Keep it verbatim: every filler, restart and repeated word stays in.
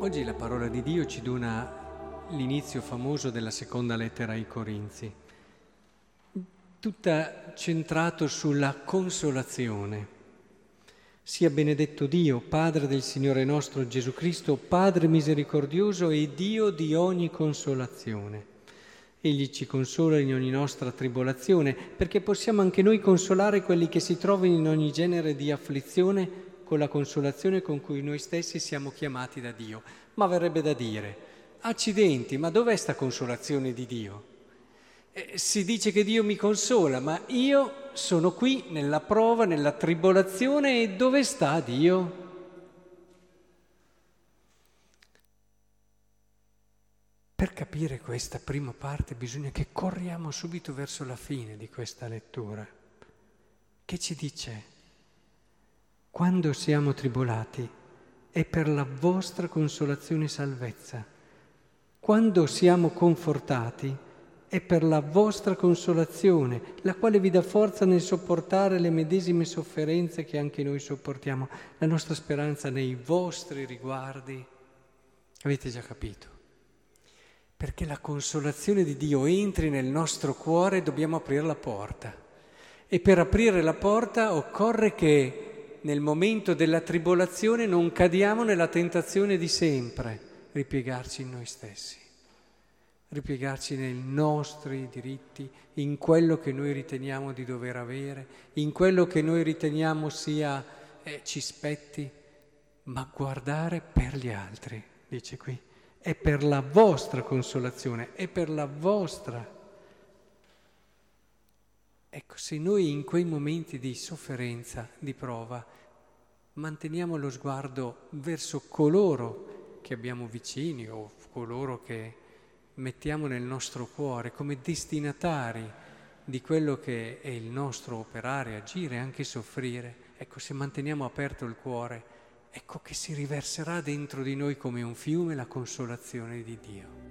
Oggi la parola di Dio ci dona l'inizio famoso della seconda lettera ai Corinzi, tutta centrato sulla consolazione. Sia benedetto Dio, Padre del Signore nostro Gesù Cristo, Padre misericordioso e Dio di ogni consolazione. Egli ci consola in ogni nostra tribolazione, perché possiamo anche noi consolare quelli che si trovano in ogni genere di afflizione con la consolazione con cui noi stessi siamo chiamati da Dio. Ma verrebbe da dire, accidenti, ma dov'è sta consolazione di Dio? Eh, si dice che Dio mi consola, ma io sono qui nella prova, nella tribolazione, e dove sta Dio? Per capire questa prima parte bisogna che corriamo subito verso la fine di questa lettura, che ci dice: quando siamo tribolati è per la vostra consolazione e salvezza, quando siamo confortati è per la vostra consolazione, la quale vi dà forza nel sopportare le medesime sofferenze che anche noi sopportiamo, la nostra speranza nei vostri riguardi. Avete già capito? Perché la consolazione di Dio entri nel nostro cuore dobbiamo aprire la porta, e per aprire la porta occorre che nel momento della tribolazione non cadiamo nella tentazione di sempre, ripiegarci in noi stessi, ripiegarci nei nostri diritti, in quello che noi riteniamo di dover avere, in quello che noi riteniamo sia eh, ci spetti, ma guardare per gli altri, dice qui, è per la vostra consolazione, è per la vostra. Ecco, se noi in quei momenti di sofferenza, di prova, manteniamo lo sguardo verso coloro che abbiamo vicini o coloro che mettiamo nel nostro cuore come destinatari di quello che è il nostro operare, agire, anche soffrire, ecco, se manteniamo aperto il cuore, ecco che si riverserà dentro di noi come un fiume la consolazione di Dio.